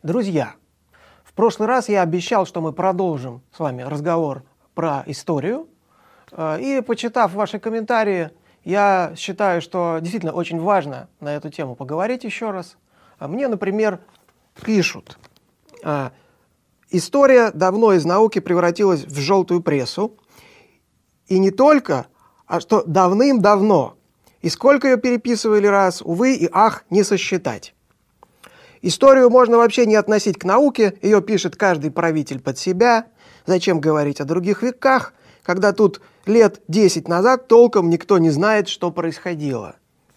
Друзья, в прошлый раз я обещал, что мы продолжим с вами разговор про историю. И, почитав ваши комментарии, я считаю, что действительно очень важно на эту тему поговорить еще раз. Мне, например, пишут: история давно из науки превратилась в желтую прессу. И не только, а что давным-давно. И сколько ее переписывали раз, увы и ах, не сосчитать. Историю можно вообще не относить к науке, ее пишет каждый правитель под себя. Зачем говорить о других веках, когда тут лет 10 назад толком никто не знает, что происходило.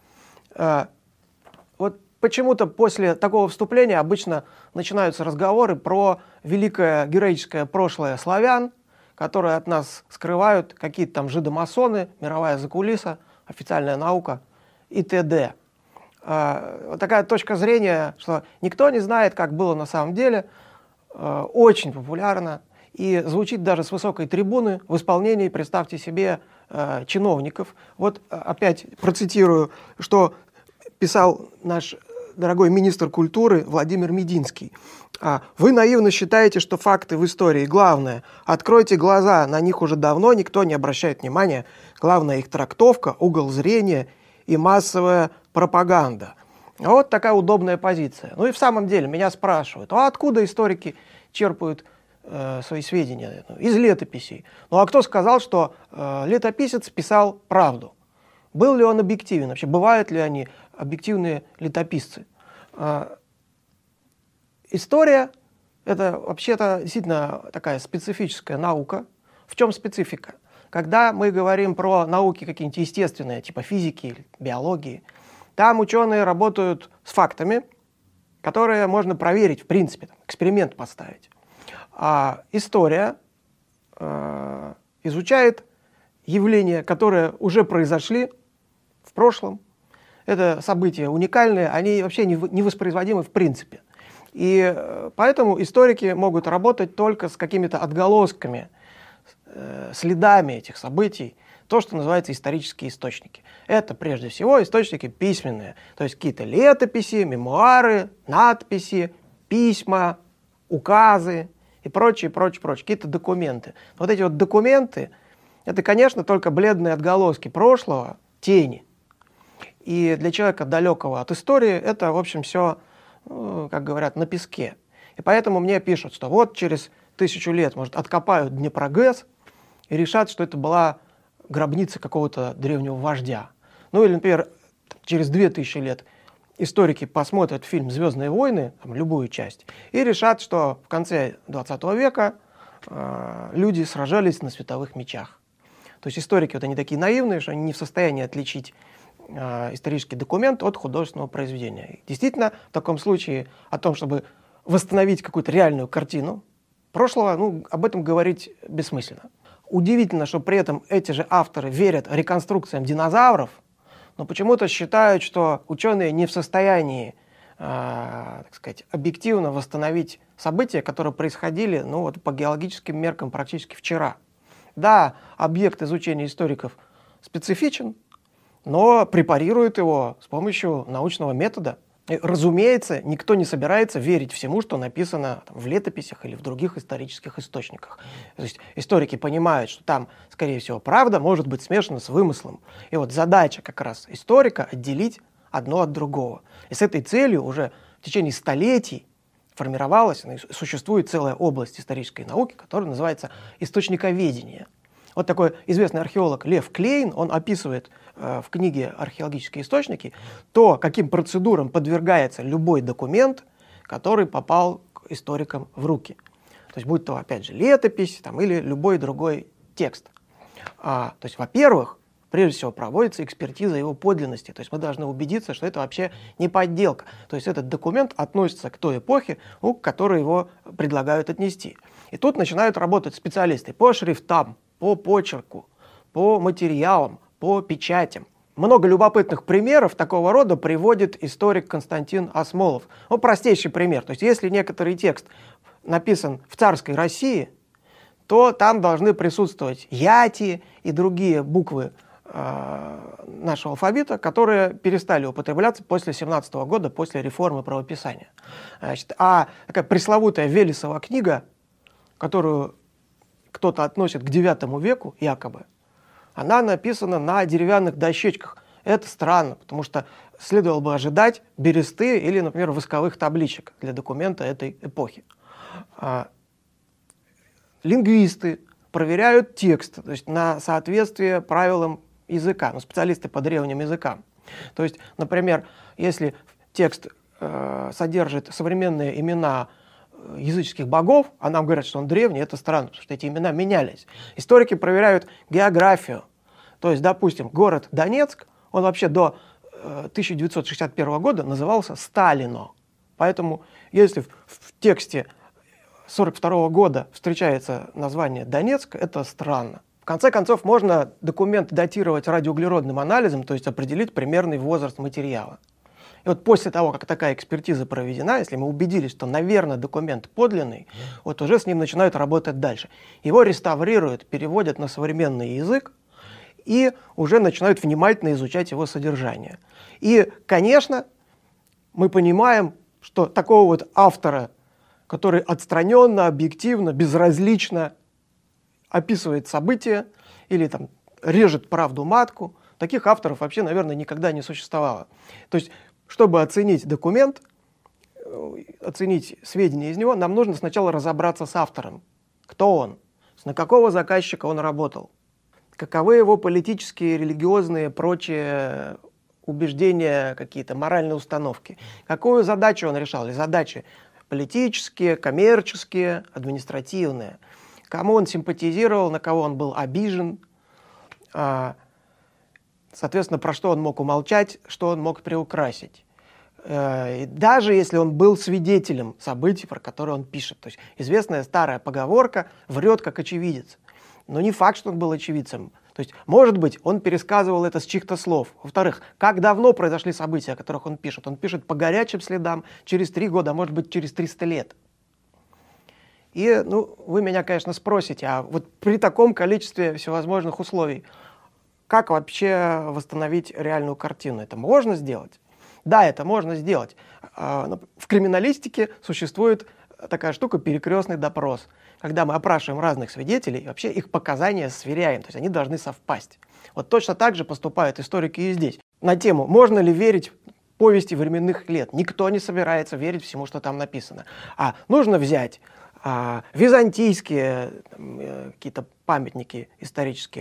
Вот почему-то после такого вступления обычно начинаются разговоры про великое героическое прошлое славян, которые от нас скрывают какие-то там жидомасоны, мировая закулиса, официальная наука и т.д. Вот такая точка зрения, что никто не знает, как было на самом деле, очень популярна и звучит даже с высокой трибуны в исполнении, представьте себе, чиновников. Вот опять процитирую, что писал наш дорогой министр культуры Владимир Мединский. Вы наивно считаете, что факты в истории главное. Откройте глаза, на них уже давно никто не обращает внимания. Главное их трактовка, угол зрения и массовая пропаганда. Вот такая удобная позиция. Ну и в самом деле меня спрашивают, а откуда историки черпают свои сведения? Из летописей. Ну а кто сказал, что летописец писал правду? Был ли он объективен? Вообще бывают ли они объективные летописцы? История – это вообще-то действительно такая специфическая наука. В чем специфика? Когда мы говорим про науки какие-нибудь естественные, типа физики или биологии, там ученые работают с фактами, которые можно проверить, в принципе, там, эксперимент поставить. А история изучает явления, которые уже произошли в прошлом. Это события уникальные, они вообще невоспроизводимы в принципе. И поэтому историки могут работать только с какими-то отголосками, следами этих событий, то, что называется исторические источники. Это прежде всего источники письменные, то есть какие-то летописи, мемуары, надписи, письма, указы и прочее, какие-то документы. Вот эти вот документы, это, конечно, только бледные отголоски прошлого, тени. И для человека, далекого от истории, это, в общем, все, как говорят, на песке. И поэтому мне пишут, что вот через 1000 лет, может, откопают Днепрогэс и решат, что это была гробница какого-то древнего вождя. Ну или, например, через 2000 лет историки посмотрят фильм «Звездные войны», там, любую часть, и решат, что в конце 20 века люди сражались на световых мечах. То есть историки вот они такие наивные, что они не в состоянии отличить исторический документ от художественного произведения. И действительно, в таком случае о том, чтобы восстановить какую-то реальную картину прошлого, об этом говорить бессмысленно. Удивительно, что при этом эти же авторы верят реконструкциям динозавров, но почему-то считают, что ученые не в состоянии, так сказать, объективно восстановить события, которые происходили, по геологическим меркам практически вчера. Да, объект изучения историков специфичен, но препарируют его с помощью научного метода. И, разумеется, никто не собирается верить всему, что написано в летописях или в других исторических источниках. То есть историки понимают, что там, скорее всего, правда может быть смешана с вымыслом. И вот задача как раз историка — отделить одно от другого. И с этой целью уже в течение столетий формировалась, существует целая область исторической науки, которая называется источниковедение. Вот такой известный археолог Лев Клейн, он описывает в книге «Археологические источники» то, каким процедурам подвергается любой документ, который попал к историкам в руки. То есть будь то, опять же, летопись или любой другой текст. То есть, во-первых, прежде всего проводится экспертиза его подлинности. То есть мы должны убедиться, что это вообще не подделка. То есть этот документ относится к той эпохе, к которой его предлагают отнести. И тут начинают работать специалисты по шрифтам, по почерку, по материалам, по печатям. Много любопытных примеров такого рода приводит историк Константин Осмолов. Простейший пример. То есть если некоторый текст написан в царской России, то там должны присутствовать яти и другие буквы нашего алфавита, которые перестали употребляться после 17 года, после реформы правописания. Значит, а такая пресловутая Велесова книга, которую кто-то относит к IX веку, якобы, она написана на деревянных дощечках. Это странно, потому что следовало бы ожидать бересты или, например, восковых табличек для документа этой эпохи. Лингвисты проверяют текст, то есть на соответствие правилам языка, специалисты по древним языкам. То есть, например, если текст содержит современные имена языческих богов, а нам говорят, что он древний, это странно, потому что эти имена менялись. Историки проверяют географию. То есть, допустим, город Донецк, он вообще до 1961 года назывался Сталино. Поэтому, если в тексте 1942 года встречается название Донецк, это странно. В конце концов, можно документ датировать радиоуглеродным анализом, то есть определить примерный возраст материала. И вот после того, как такая экспертиза проведена, если мы убедились, что, наверное, документ подлинный, вот уже с ним начинают работать дальше. Его реставрируют, переводят на современный язык и уже начинают внимательно изучать его содержание. И, конечно, мы понимаем, что такого вот автора, который отстраненно, объективно, безразлично описывает события или там режет правду матку, таких авторов вообще, наверное, никогда не существовало. То есть, чтобы оценить документ, оценить сведения из него, нам нужно сначала разобраться с автором. Кто он? На какого заказчика он работал? Каковы его политические, религиозные, прочие убеждения, какие-то моральные установки? Какую задачу он решал? Или задачи политические, коммерческие, административные? Кому он симпатизировал, на кого он был обижен? Соответственно, про что он мог умолчать, что он мог приукрасить. Даже если он был свидетелем событий, про которые он пишет. То есть известная старая поговорка «врет как очевидец». Но не факт, что он был очевидцем. То есть, может быть, он пересказывал это с чьих-то слов. Во-вторых, как давно произошли события, о которых он пишет? Он пишет по горячим следам, через 3 года, а может быть, через 300 лет. И, вы меня, конечно, спросите, а вот при таком количестве всевозможных условий, как вообще восстановить реальную картину? Это можно сделать? Да, это можно сделать. В криминалистике существует такая штука — перекрестный допрос, когда мы опрашиваем разных свидетелей и вообще их показания сверяем, то есть они должны совпасть. Вот точно так же поступают историки и здесь. На тему, можно ли верить повести временных лет, никто не собирается верить всему, что там написано. А нужно взять византийские какие-то памятники исторические,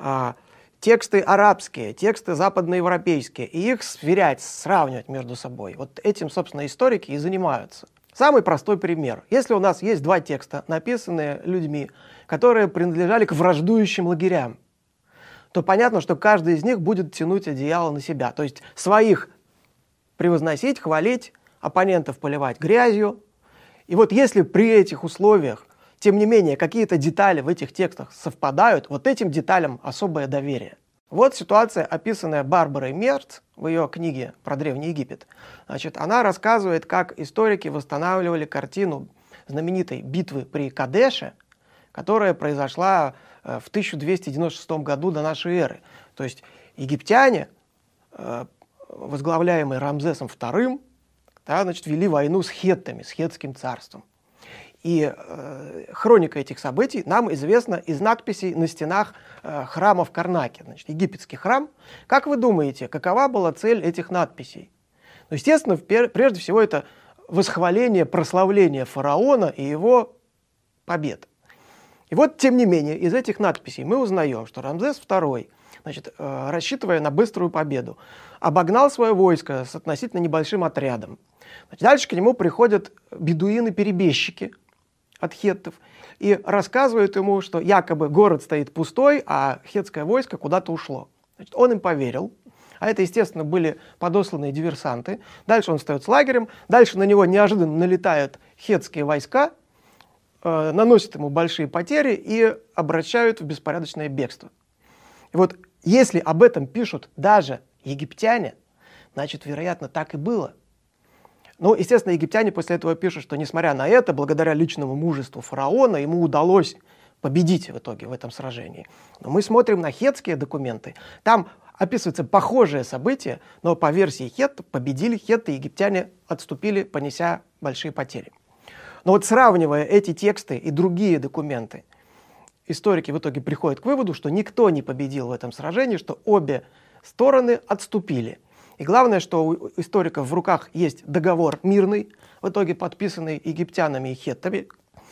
тексты арабские, тексты западноевропейские, и их сверять, сравнивать между собой. Вот этим, собственно, историки и занимаются. Самый простой пример. Если у нас есть 2 текста, написанные людьми, которые принадлежали к враждующим лагерям, то понятно, что каждый из них будет тянуть одеяло на себя. То есть своих превозносить, хвалить, оппонентов поливать грязью. И вот если при этих условиях, тем не менее, какие-то детали в этих текстах совпадают, вот этим деталям особое доверие. Вот ситуация, описанная Барбарой Мерц в ее книге про Древний Египет. Значит, она рассказывает, как историки восстанавливали картину знаменитой битвы при Кадеше, которая произошла в 1296 году до нашей эры. То есть египтяне, возглавляемые Рамзесом II, вели войну с хеттами, с хеттским царством. И хроника этих событий нам известна из надписей на стенах храма в Карнаке, значит, египетский храм. Как вы думаете, какова была цель этих надписей? Ну, естественно, прежде всего это восхваление, прославление фараона и его побед. И вот, тем не менее, из этих надписей мы узнаем, что Рамзес II, значит, рассчитывая на быструю победу, обогнал свое войско с относительно небольшим отрядом. Значит, дальше к нему приходят бедуины-перебежчики от хеттов и рассказывают ему, что якобы город стоит пустой, а хеттское войско куда-то ушло. Значит, он им поверил, а это, естественно, были подосланные диверсанты. Дальше он встает с лагерем, дальше на него неожиданно налетают хеттские войска, наносят ему большие потери и обращают в беспорядочное бегство. И вот если об этом пишут даже египтяне, значит, вероятно, так и было. Ну, естественно, египтяне после этого пишут, что, несмотря на это, благодаря личному мужеству фараона, ему удалось победить в итоге в этом сражении. Но мы смотрим на хеттские документы, там описывается похожее событие, но по версии хетт победили хетты, египтяне отступили, понеся большие потери. Но вот сравнивая эти тексты и другие документы, историки в итоге приходят к выводу, что никто не победил в этом сражении, что обе стороны отступили. И главное, что у историков в руках есть договор мирный, в итоге подписанный египтянами и хеттами.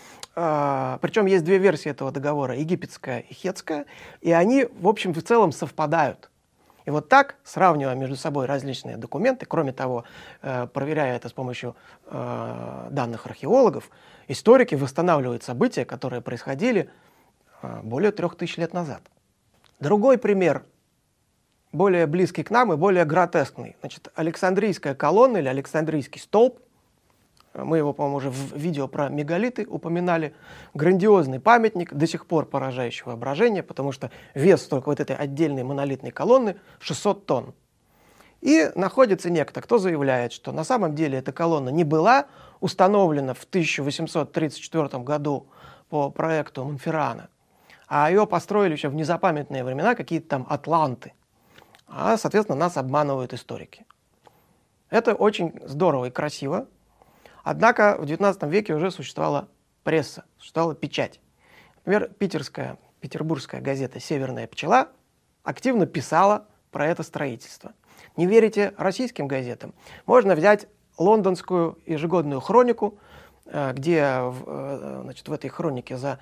Причем есть две версии этого договора, египетская и хеттская, и они, в общем, в целом совпадают. И вот так, сравнивая между собой различные документы, кроме того, проверяя это с помощью данных археологов, историки восстанавливают события, которые происходили более 3000 лет назад. Другой пример, более близкий к нам и более гротескный. Значит, Александрийская колонна или Александрийский столб, мы его, по-моему, уже в видео про мегалиты упоминали, грандиозный памятник, до сих пор поражающий воображение, потому что вес только вот этой отдельной монолитной колонны 600 тонн. И находится некто, кто заявляет, что на самом деле эта колонна не была установлена в 1834 году по проекту Монферрана, а ее построили еще в незапамятные времена какие-то там атланты. А, соответственно, нас обманывают историки. Это очень здорово и красиво. Однако в XIX веке уже существовала пресса, существовала печать. Например, петербургская газета «Северная пчела» активно писала про это строительство. Не верите российским газетам? Можно взять лондонскую ежегодную хронику, где значит, в этой хронике за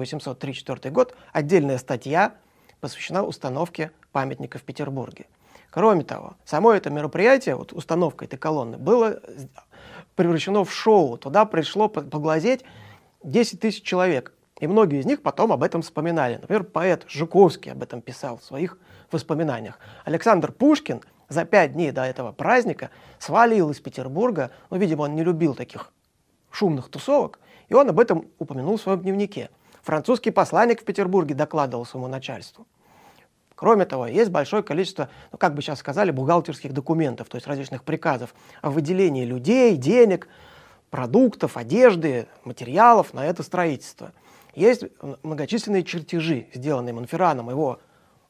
1834 год отдельная статья посвящена установке памятника в Петербурге. Кроме того, само это мероприятие, вот установка этой колонны, было превращено в шоу. Туда пришло поглазеть 10 000 человек. И многие из них потом об этом вспоминали. Например, поэт Жуковский об этом писал в своих воспоминаниях. Александр Пушкин за 5 дней до этого праздника свалил из Петербурга. Ну, видимо, он не любил таких шумных тусовок. И он об этом упомянул в своем дневнике. Французский посланник в Петербурге докладывал своему начальству. Кроме того, есть большое количество, ну, как бы сейчас сказали, бухгалтерских документов, то есть различных приказов о выделении людей, денег, продуктов, одежды, материалов на это строительство. Есть многочисленные чертежи, сделанные Монферраном и его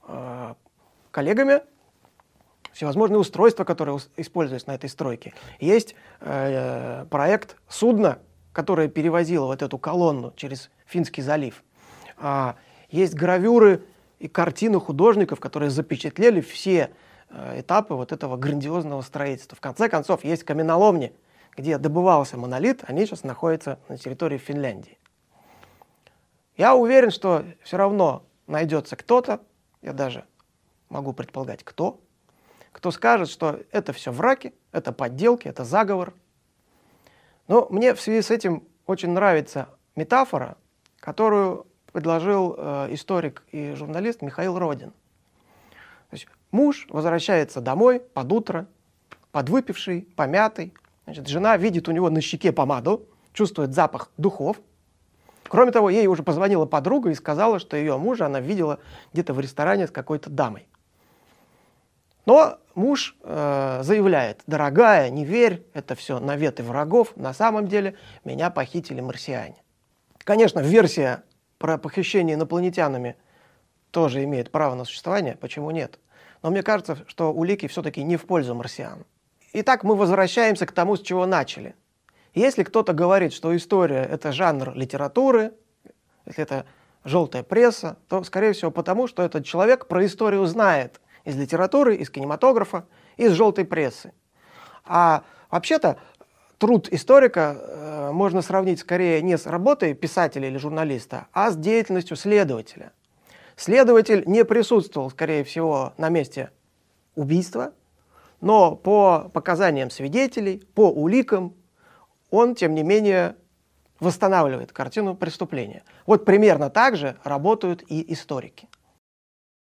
коллегами, всевозможные устройства, которые используются на этой стройке. Есть проект судна, которое перевозило вот эту колонну через Финский залив. Есть гравюры и картины художников, которые запечатлели все этапы вот этого грандиозного строительства. В конце концов, есть каменоломни, где добывался монолит, они сейчас находятся на территории Финляндии. Я уверен, что все равно найдется кто-то, я даже могу предполагать, кто скажет, что это все враки, это подделки, это заговор. Но мне в связи с этим очень нравится метафора, которую предложил историк и журналист Михаил Родин. То есть муж возвращается домой под утро, подвыпивший, помятый. Значит, жена видит у него на щеке помаду, чувствует запах духов. Кроме того, ей уже позвонила подруга и сказала, что ее мужа она видела где-то в ресторане с какой-то дамой. Но муж заявляет: дорогая, не верь, это все наветы врагов, на самом деле меня похитили марсиане. Конечно, версия про похищение инопланетянами тоже имеет право на существование, почему нет? Но мне кажется, что улики все-таки не в пользу марсиан. Итак, мы возвращаемся к тому, с чего начали. Если кто-то говорит, что история — это жанр литературы, если это желтая пресса, то, скорее всего, потому, что этот человек про историю знает из литературы, из кинематографа, из желтой прессы. А вообще-то труд историка можно сравнить скорее не с работой писателя или журналиста, а с деятельностью следователя. Следователь не присутствовал, скорее всего, на месте убийства, но по показаниям свидетелей, по уликам, он, тем не менее, восстанавливает картину преступления. Вот примерно так же работают и историки.